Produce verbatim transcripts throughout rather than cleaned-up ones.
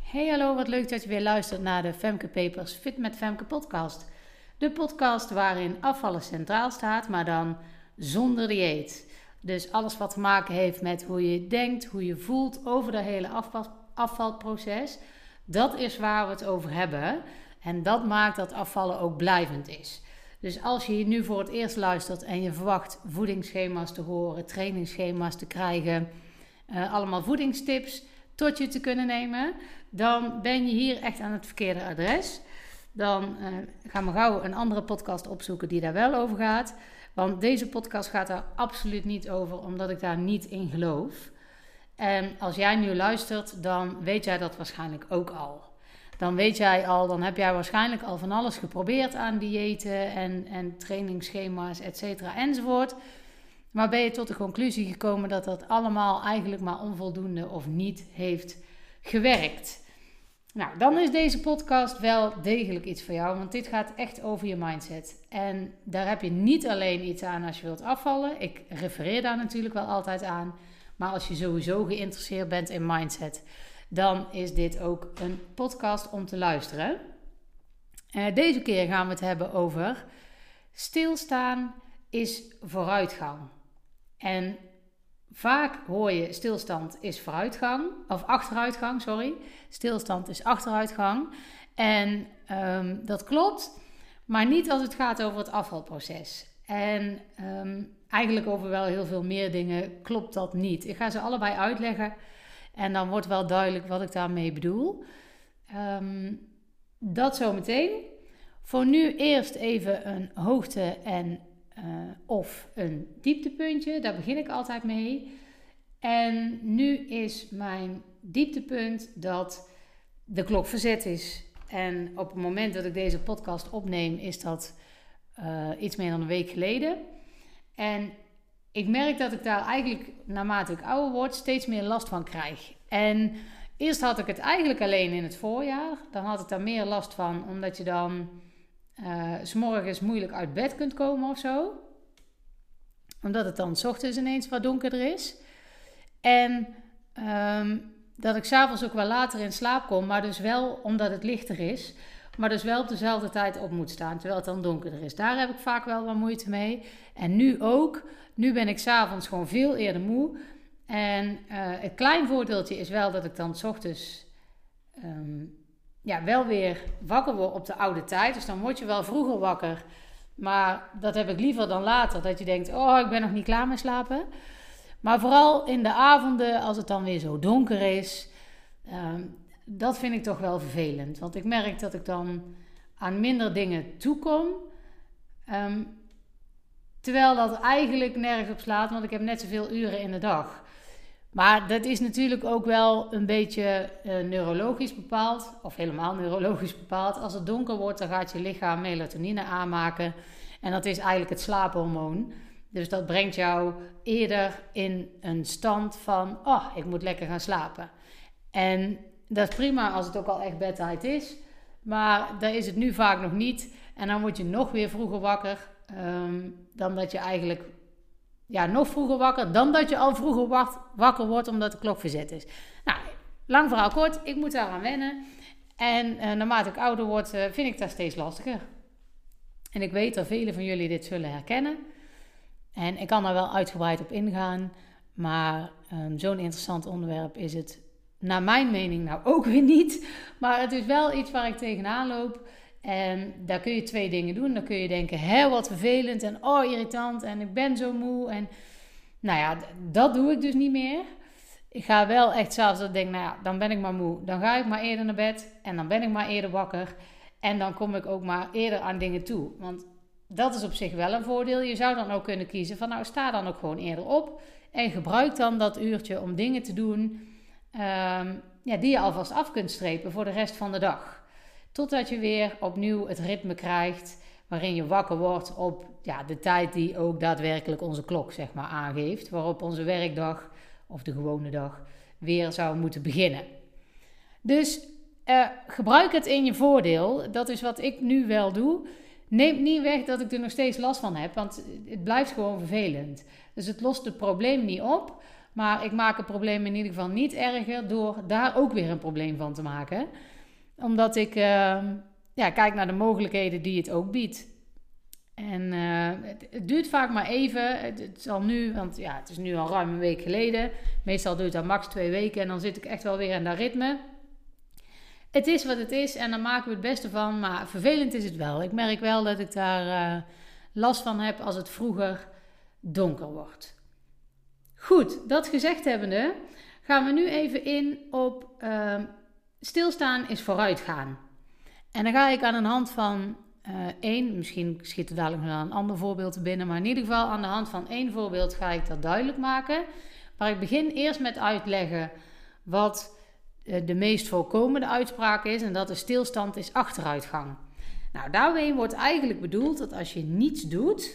Hey hallo, wat leuk dat je weer luistert naar de Femke Papers Fit met Femke podcast. De podcast waarin afvallen centraal staat, maar dan zonder dieet. Dus alles wat te maken heeft met hoe je denkt, hoe je voelt over dat hele afval, afvalproces. Dat is waar we het over hebben. En dat maakt dat afvallen ook blijvend is. Dus als je hier nu voor het eerst luistert en je verwacht voedingsschema's te horen, trainingsschema's te krijgen, uh, allemaal voedingstips tot je te kunnen nemen, dan ben je hier echt aan het verkeerde adres. Dan uh, gaan we gauw een andere podcast opzoeken die daar wel over gaat. Want deze podcast gaat daar absoluut niet over, omdat ik daar niet in geloof. En als jij nu luistert, dan weet jij dat waarschijnlijk ook al. Dan weet jij al, dan heb jij waarschijnlijk al van alles geprobeerd aan diëten en, en trainingsschema's, et cetera enzovoort. Maar ben je tot de conclusie gekomen dat dat allemaal eigenlijk maar onvoldoende of niet heeft gewerkt? Nou, dan is deze podcast wel degelijk iets voor jou, want dit gaat echt over je mindset. En daar heb je niet alleen iets aan als je wilt afvallen. Ik refereer daar natuurlijk wel altijd aan. Maar als je sowieso geïnteresseerd bent in mindset, dan is dit ook een podcast om te luisteren. Uh, deze keer gaan we het hebben over stilstaan is vooruitgang. En vaak hoor je stilstand is vooruitgang, of achteruitgang, sorry. Stilstand is achteruitgang. En um, dat klopt, maar niet als het gaat over het afvalproces. En um, eigenlijk over wel heel veel meer dingen klopt dat niet. Ik ga ze allebei uitleggen en dan wordt wel duidelijk wat ik daarmee bedoel. Um, dat zometeen. Voor nu eerst even een hoogte- en uh, of een dieptepuntje. Daar begin ik altijd mee. En nu is mijn dieptepunt dat de klok verzet is. En op het moment dat ik deze podcast opneem is dat uh, iets meer dan een week geleden. En ik merk dat ik daar eigenlijk, naarmate ik ouder word, steeds meer last van krijg. En eerst had ik het eigenlijk alleen in het voorjaar. Dan had ik daar meer last van, omdat je dan uh, 's morgens moeilijk uit bed kunt komen of zo. Omdat het dan 's ochtends ineens wat donkerder is. En um, dat ik 's avonds ook wel later in slaap kom, maar dus wel omdat het lichter is. Maar dus wel op dezelfde tijd op moet staan, terwijl het dan donkerder is. Daar heb ik vaak wel wat moeite mee. En nu ook. Nu ben ik 's avonds gewoon veel eerder moe. En uh, het klein voordeeltje is wel dat ik dan 's ochtends um, ja, wel weer wakker word op de oude tijd. Dus dan word je wel vroeger wakker. Maar dat heb ik liever dan later. Dat je denkt, oh, ik ben nog niet klaar met slapen. Maar vooral in de avonden, als het dan weer zo donker is, um, dat vind ik toch wel vervelend. Want ik merk dat ik dan aan minder dingen toekom. Um, terwijl dat eigenlijk nergens op slaat, want ik heb net zoveel uren in de dag. Maar dat is natuurlijk ook wel een beetje uh, neurologisch bepaald. Of helemaal neurologisch bepaald. Als het donker wordt, dan gaat je lichaam melatonine aanmaken. En dat is eigenlijk het slaaphormoon. Dus dat brengt jou eerder in een stand van, oh, ik moet lekker gaan slapen. En dat is prima als het ook al echt bedtijd is. Maar daar is het nu vaak nog niet. En dan word je nog weer vroeger wakker. Um, dan dat je eigenlijk, ja, nog vroeger wakker. Dan dat je al vroeger wacht, wakker wordt omdat de klok verzet is. Nou, lang verhaal kort. Ik moet daaraan wennen. En uh, naarmate ik ouder word, uh, vind ik dat steeds lastiger. En ik weet dat velen van jullie dit zullen herkennen. En ik kan daar wel uitgebreid op ingaan. Maar um, zo'n interessant onderwerp is het naar mijn mening nou ook weer niet. Maar het is wel iets waar ik tegenaan loop. En daar kun je twee dingen doen. Dan kun je denken, hé, wat vervelend en oh, irritant en ik ben zo moe. En nou ja, d- dat doe ik dus niet meer. Ik ga wel echt zelfs dat ik denk, nou ja, dan ben ik maar moe. Dan ga ik maar eerder naar bed en dan ben ik maar eerder wakker. En dan kom ik ook maar eerder aan dingen toe. Want dat is op zich wel een voordeel. Je zou dan ook kunnen kiezen van, nou, sta dan ook gewoon eerder op. En gebruik dan dat uurtje om dingen te doen um, ja, die je alvast af kunt strepen voor de rest van de dag. Totdat je weer opnieuw het ritme krijgt waarin je wakker wordt op ja, de tijd die ook daadwerkelijk onze klok zeg maar, aangeeft. Waarop onze werkdag of de gewone dag weer zou moeten beginnen. Dus uh, gebruik het in je voordeel. Dat is wat ik nu wel doe. Neemt niet weg dat ik er nog steeds last van heb, want het blijft gewoon vervelend. Dus het lost het probleem niet op. Maar ik maak het probleem in ieder geval niet erger door daar ook weer een probleem van te maken. Omdat ik uh, ja, kijk naar de mogelijkheden die het ook biedt. En uh, het, het duurt vaak maar even. Het, het zal nu, want ja, het is nu al ruim een week geleden. Meestal duurt dat max twee weken en dan zit ik echt wel weer in dat ritme. Het is wat het is en daar maken we het beste van. Maar vervelend is het wel. Ik merk wel dat ik daar uh, last van heb als het vroeger donker wordt. Goed, dat gezegd hebbende, gaan we nu even in op uh, stilstaan is vooruitgaan. En dan ga ik aan de hand van uh, één, misschien schiet er dadelijk nog een ander voorbeeld te binnen, maar in ieder geval aan de hand van één voorbeeld ga ik dat duidelijk maken. Maar ik begin eerst met uitleggen wat uh, de meest voorkomende uitspraak is en dat is stilstand is achteruitgang. Nou, daarmee wordt eigenlijk bedoeld dat als je niets doet,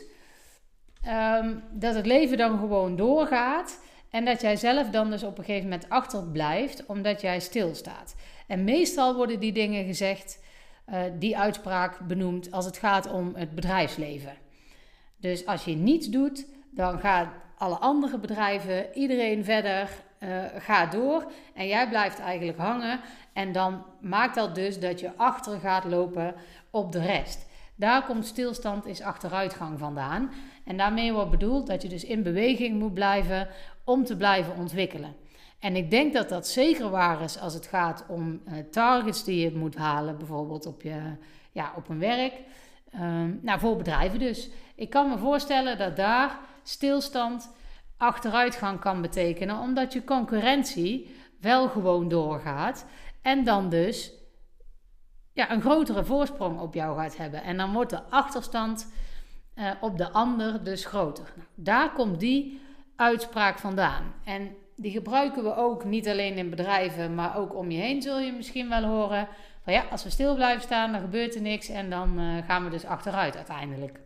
um, dat het leven dan gewoon doorgaat. En dat jij zelf dan dus op een gegeven moment achterblijft, omdat jij stilstaat. En meestal worden die dingen gezegd, uh, die uitspraak benoemd, als het gaat om het bedrijfsleven. Dus als je niets doet, dan gaan alle andere bedrijven, iedereen verder, uh, gaat door. En jij blijft eigenlijk hangen. En dan maakt dat dus dat je achter gaat lopen op de rest. Daar komt stilstand is achteruitgang vandaan. En daarmee wordt bedoeld dat je dus in beweging moet blijven om te blijven ontwikkelen. En ik denk dat dat zeker waar is als het gaat om uh, targets die je moet halen, bijvoorbeeld op, je, ja, op een werk. Um, nou, voor bedrijven dus. Ik kan me voorstellen dat daar stilstand achteruitgang kan betekenen, omdat je concurrentie wel gewoon doorgaat en dan dus ja, een grotere voorsprong op jou gaat hebben. En dan wordt de achterstand uh, op de ander dus groter. Nou, daar komt die uitspraak vandaan. En die gebruiken we ook niet alleen in bedrijven, maar ook om je heen zul je misschien wel horen. Van ja, als we stil blijven staan, dan gebeurt er niks en dan uh, gaan we dus achteruit uiteindelijk.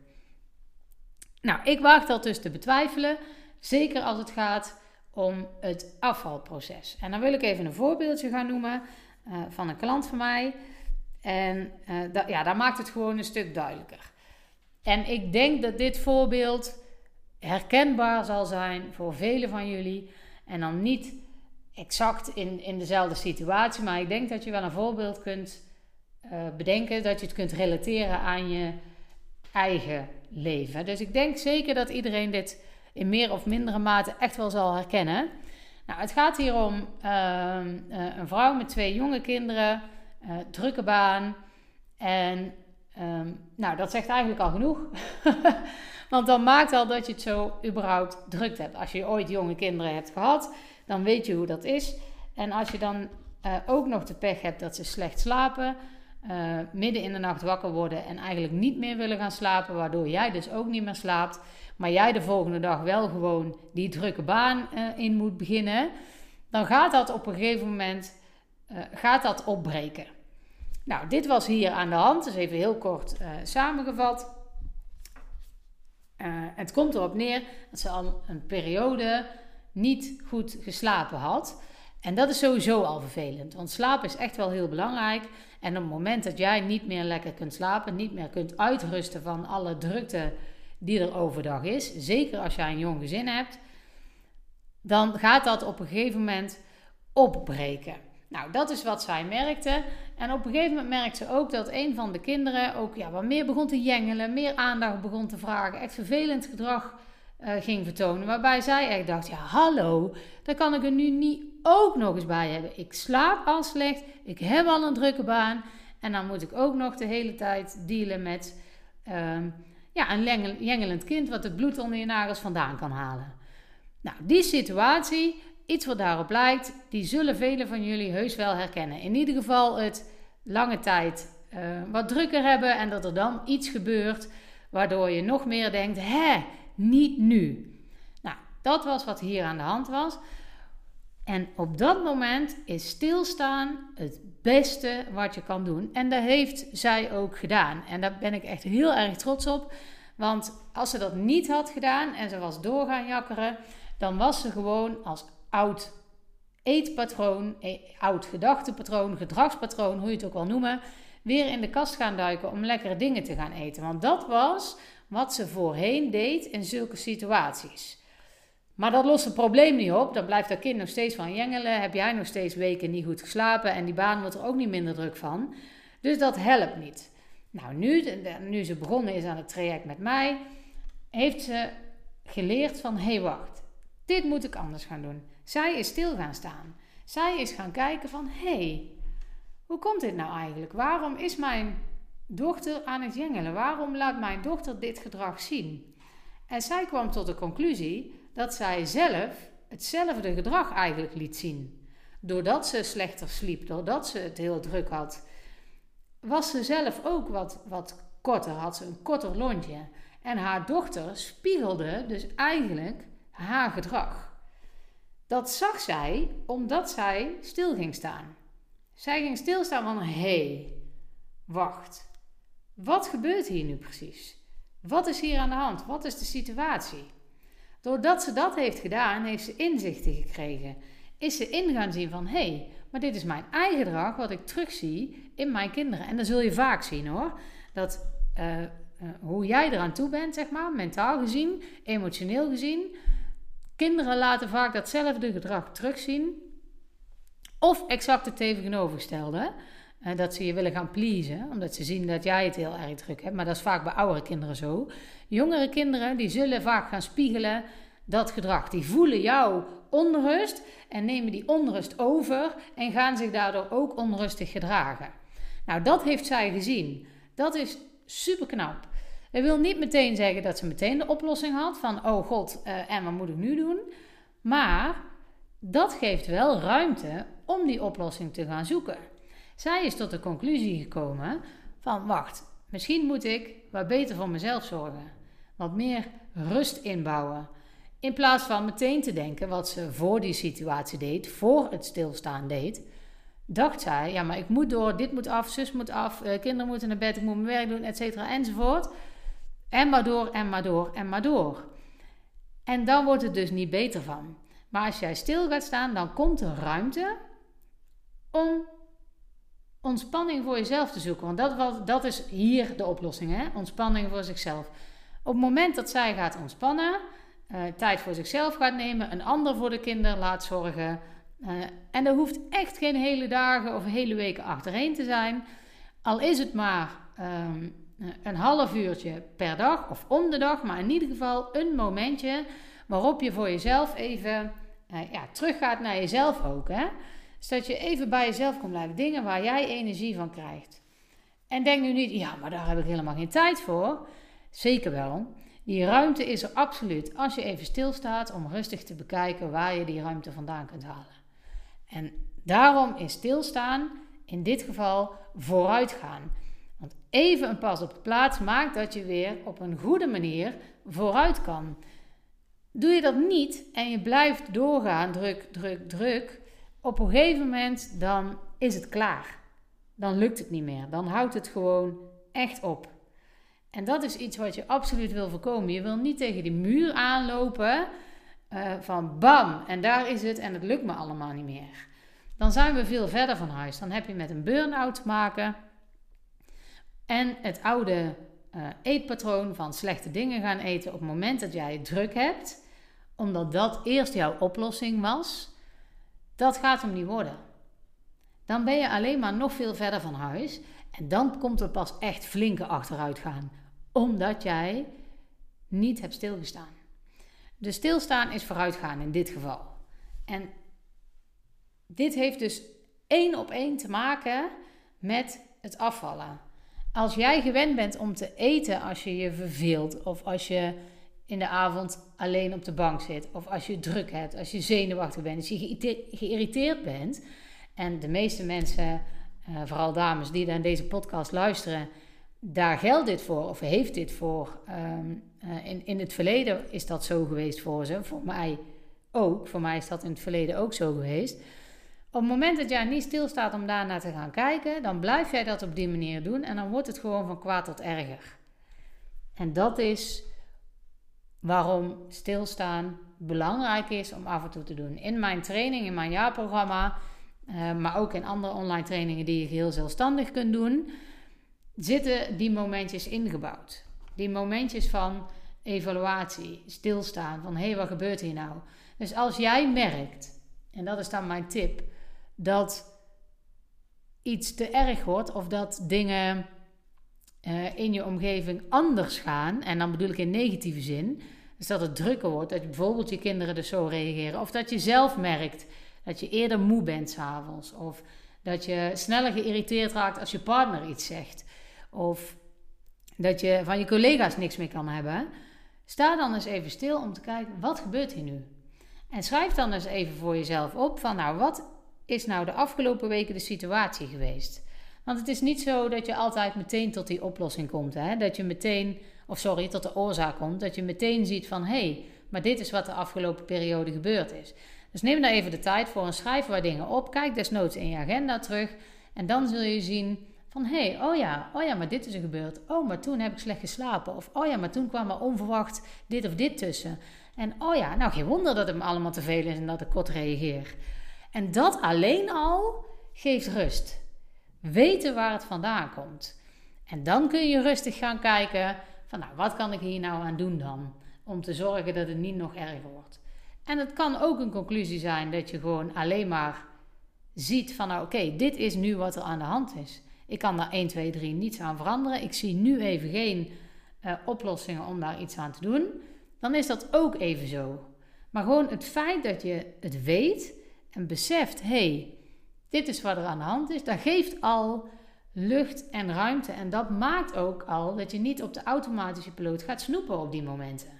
Nou, ik waag dat dus te betwijfelen. Zeker als het gaat om het afvalproces. En dan wil ik even een voorbeeldje gaan noemen uh, van een klant van mij. En uh, da- ja, daar maakt het gewoon een stuk duidelijker. En ik denk dat dit voorbeeld herkenbaar zal zijn voor velen van jullie. En dan niet exact in, in dezelfde situatie. Maar ik denk dat je wel een voorbeeld kunt uh, bedenken. Dat je het kunt relateren aan je eigen leven. Dus ik denk zeker dat iedereen dit in meer of mindere mate echt wel zal herkennen. Nou, het gaat hier om uh, uh, een vrouw met twee jonge kinderen. Uh, drukke baan. En um, nou, dat zegt eigenlijk al genoeg. Want dan maakt al dat je het zo überhaupt druk hebt. Als je ooit jonge kinderen hebt gehad, dan weet je hoe dat is. En als je dan uh, ook nog de pech hebt dat ze slecht slapen, uh, midden in de nacht wakker worden en eigenlijk niet meer willen gaan slapen, waardoor jij dus ook niet meer slaapt, maar jij de volgende dag wel gewoon die drukke baan uh, in moet beginnen, dan gaat dat op een gegeven moment uh, gaat dat opbreken. Nou, dit was hier aan de hand, dus even heel kort uh, samengevat. Uh, het komt erop neer dat ze al een periode niet goed geslapen had. En dat is sowieso al vervelend, want slapen is echt wel heel belangrijk. En op het moment dat jij niet meer lekker kunt slapen, niet meer kunt uitrusten van alle drukte die er overdag is, zeker als jij een jong gezin hebt, dan gaat dat op een gegeven moment opbreken. Nou, dat is wat zij merkte. En op een gegeven moment merkte ze ook dat een van de kinderen ook ja, wat meer begon te jengelen, meer aandacht begon te vragen, echt vervelend gedrag uh, ging vertonen. Waarbij zij echt dacht, ja hallo, daar kan ik er nu niet ook nog eens bij hebben. Ik slaap al slecht, ik heb al een drukke baan en dan moet ik ook nog de hele tijd dealen met uh, ja, een jengelend kind wat het bloed onder je nagels vandaan kan halen. Nou, die situatie, iets wat daarop lijkt, die zullen velen van jullie heus wel herkennen. In ieder geval het lange tijd uh, wat drukker hebben en dat er dan iets gebeurt waardoor je nog meer denkt, hè, niet nu. Nou, dat was wat hier aan de hand was. En op dat moment is stilstaan het beste wat je kan doen. En dat heeft zij ook gedaan. En daar ben ik echt heel erg trots op. Want als ze dat niet had gedaan en ze was door gaan jakkeren, dan was ze gewoon als oud eetpatroon, oud gedachtepatroon, gedragspatroon, hoe je het ook wil noemen, weer in de kast gaan duiken om lekkere dingen te gaan eten. Want dat was wat ze voorheen deed in zulke situaties. Maar dat lost het probleem niet op. Dan blijft dat kind nog steeds van jengelen. Heb jij nog steeds weken niet goed geslapen. En die baan wordt er ook niet minder druk van. Dus dat helpt niet. Nou, nu, nu ze begonnen is aan het traject met mij, heeft ze geleerd van, hé hey, wacht, dit moet ik anders gaan doen. Zij is stil gaan staan. Zij is gaan kijken van, hé, hey, hoe komt dit nou eigenlijk? Waarom is mijn dochter aan het jengelen? Waarom laat mijn dochter dit gedrag zien? En zij kwam tot de conclusie dat zij zelf hetzelfde gedrag eigenlijk liet zien. Doordat ze slechter sliep, doordat ze het heel druk had, was ze zelf ook wat, wat korter, had ze een korter lontje. En haar dochter spiegelde dus eigenlijk haar gedrag. Dat zag zij omdat zij stil ging staan. Zij ging stilstaan van, hé, hey, wacht, wat gebeurt hier nu precies? Wat is hier aan de hand? Wat is de situatie? Doordat ze dat heeft gedaan, heeft ze inzichten gekregen. Is ze in gaan zien van, hé, hey, maar dit is mijn eigen gedrag wat ik terugzie in mijn kinderen. En dat zul je vaak zien hoor. Dat uh, uh, hoe jij eraan toe bent, zeg maar, mentaal gezien, emotioneel gezien. Kinderen laten vaak datzelfde gedrag terugzien. Of exact het tegenovergestelde. Uh, dat ze je willen gaan pleasen, omdat ze zien dat jij het heel erg druk hebt. Maar dat is vaak bij oudere kinderen zo. Jongere kinderen, die zullen vaak gaan spiegelen dat gedrag. Die voelen jouw onrust en nemen die onrust over en gaan zich daardoor ook onrustig gedragen. Nou, dat heeft zij gezien. Dat is super knap. Dat wil niet meteen zeggen dat ze meteen de oplossing had van, oh god, uh, en wat moet ik nu doen? Maar dat geeft wel ruimte om die oplossing te gaan zoeken. Zij is tot de conclusie gekomen van, wacht, misschien moet ik wat beter voor mezelf zorgen. Wat meer rust inbouwen. In plaats van meteen te denken wat ze voor die situatie deed, voor het stilstaan deed, dacht zij, ja maar ik moet door, dit moet af, zus moet af, uh, kinderen moeten naar bed, ik moet mijn werk doen, et cetera enzovoort. En maar door, en maar door, en maar door. En dan wordt het dus niet beter van. Maar als jij stil gaat staan, dan komt er ruimte om ontspanning voor jezelf te zoeken. Want dat, was, dat is hier de oplossing, hè? Ontspanning voor zichzelf. Op het moment dat zij gaat ontspannen, uh, tijd voor zichzelf gaat nemen, een ander voor de kinderen laat zorgen. Uh, en dat hoeft echt geen hele dagen of hele weken achtereen te zijn. Al is het maar um, een half uurtje per dag of om de dag, maar in ieder geval een momentje waarop je voor jezelf even uh, ja, teruggaat naar jezelf ook. Hè? Dus dat je even bij jezelf komt blijven. Dingen waar jij energie van krijgt. En denk nu niet, ja, maar daar heb ik helemaal geen tijd voor. Zeker wel. Die ruimte is er absoluut als je even stilstaat om rustig te bekijken waar je die ruimte vandaan kunt halen. En daarom is stilstaan in dit geval vooruitgaan. Want even een pas op de plaats maakt dat je weer op een goede manier vooruit kan. Doe je dat niet en je blijft doorgaan, druk, druk, druk, op een gegeven moment dan is het klaar. Dan lukt het niet meer. Dan houdt het gewoon echt op. En dat is iets wat je absoluut wil voorkomen. Je wil niet tegen die muur aanlopen uh, van bam en daar is het en het lukt me allemaal niet meer. Dan zijn we veel verder van huis. Dan heb je met een burn-out te maken. En het oude uh, eetpatroon van slechte dingen gaan eten op het moment dat jij het druk hebt, omdat dat eerst jouw oplossing was, dat gaat hem niet worden. Dan ben je alleen maar nog veel verder van huis en dan komt er pas echt flinke achteruit gaan, omdat jij niet hebt stilgestaan. Dus stilstaan is vooruitgaan in dit geval. En dit heeft dus één op één te maken met het afvallen. Als jij gewend bent om te eten als je je verveelt, of als je in de avond alleen op de bank zit, of als je druk hebt, als je zenuwachtig bent, als je geïrriteerd bent. En de meeste mensen, vooral dames die naar deze podcast luisteren, daar geldt dit voor, of heeft dit voor. In, in het verleden is dat zo geweest voor ze, voor mij ook. Voor mij is dat in het verleden ook zo geweest. Op het moment dat jij niet stilstaat om daarnaar te gaan kijken, dan blijf jij dat op die manier doen en dan wordt het gewoon van kwaad tot erger. En dat is waarom stilstaan belangrijk is om af en toe te doen. In mijn training, in mijn jaarprogramma, uh, maar ook in andere online trainingen die je geheel zelfstandig kunt doen, zitten die momentjes ingebouwd. Die momentjes van evaluatie, stilstaan van hé, hey, wat gebeurt hier nou? Dus als jij merkt, en dat is dan mijn tip, dat iets te erg wordt of dat dingen uh, in je omgeving anders gaan, en dan bedoel ik in negatieve zin, dus dat het drukker wordt, dat je bijvoorbeeld je kinderen dus zo reageren, of dat je zelf merkt dat je eerder moe bent 's avonds, of dat je sneller geïrriteerd raakt als je partner iets zegt, of dat je van je collega's niks meer kan hebben. Sta dan eens even stil om te kijken, wat gebeurt hier nu? En schrijf dan eens even voor jezelf op van, nou, wat is nou de afgelopen weken de situatie geweest? Want het is niet zo dat je altijd meteen tot die oplossing komt. Hè? Dat je meteen, of sorry, tot de oorzaak komt. Dat je meteen ziet van, hé, hey, maar dit is wat de afgelopen periode gebeurd is. Dus neem daar even de tijd voor en schrijf wat dingen op. Kijk desnoods in je agenda terug. En dan zul je zien van, hé, hey, oh ja, oh ja, maar dit is er gebeurd. Oh, maar toen heb ik slecht geslapen. Of, oh ja, maar toen kwam er onverwacht dit of dit tussen. En oh ja, nou geen wonder dat het me allemaal te veel is en dat ik kort reageer. En dat alleen al geeft rust. Weten waar het vandaan komt. En dan kun je rustig gaan kijken van, nou, wat kan ik hier nou aan doen dan? Om te zorgen dat het niet nog erger wordt. En het kan ook een conclusie zijn dat je gewoon alleen maar ziet van, nou, oké, okay, dit is nu wat er aan de hand is. Ik kan daar één, twee, drie niets aan veranderen. Ik zie nu even geen uh, oplossingen om daar iets aan te doen. Dan is dat ook even zo. Maar gewoon het feit dat je het weet en beseft, hé, hey, dit is wat er aan de hand is, dat geeft al lucht en ruimte. En dat maakt ook al dat je niet op de automatische piloot gaat snoepen op die momenten.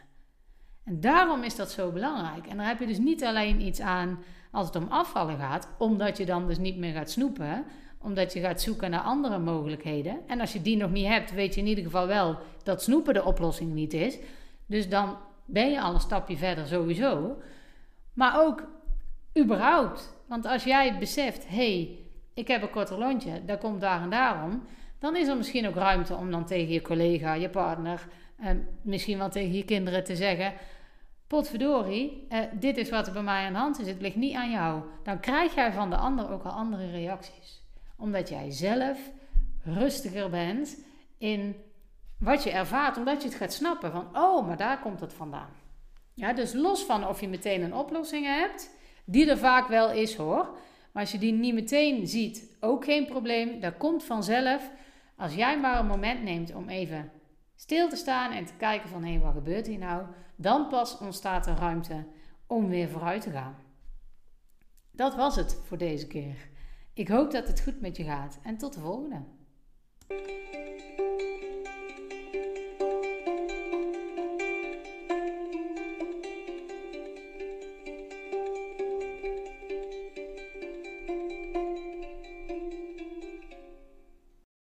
En daarom is dat zo belangrijk. En daar heb je dus niet alleen iets aan als het om afvallen gaat, omdat je dan dus niet meer gaat snoepen, omdat je gaat zoeken naar andere mogelijkheden. En als je die nog niet hebt, weet je in ieder geval wel dat snoepen de oplossing niet is. Dus dan ben je al een stapje verder sowieso. Maar ook überhaupt. Want als jij beseft, hé, hey, ik heb een korter lontje, dat komt daar en daarom, dan is er misschien ook ruimte om dan tegen je collega, je partner, en misschien wel tegen je kinderen te zeggen, potverdorie, eh, dit is wat er bij mij aan de hand is, het ligt niet aan jou. Dan krijg jij van de ander ook al andere reacties. Omdat jij zelf rustiger bent in wat je ervaart, omdat je het gaat snappen van, oh, maar daar komt het vandaan. Ja, dus los van of je meteen een oplossing hebt, die er vaak wel is hoor, maar als je die niet meteen ziet, ook geen probleem, dat komt vanzelf. Als jij maar een moment neemt om even stil te staan en te kijken van, hé, hey, wat gebeurt hier nou? Dan pas ontstaat er ruimte om weer vooruit te gaan. Dat was het voor deze keer. Ik hoop dat het goed met je gaat en tot de volgende.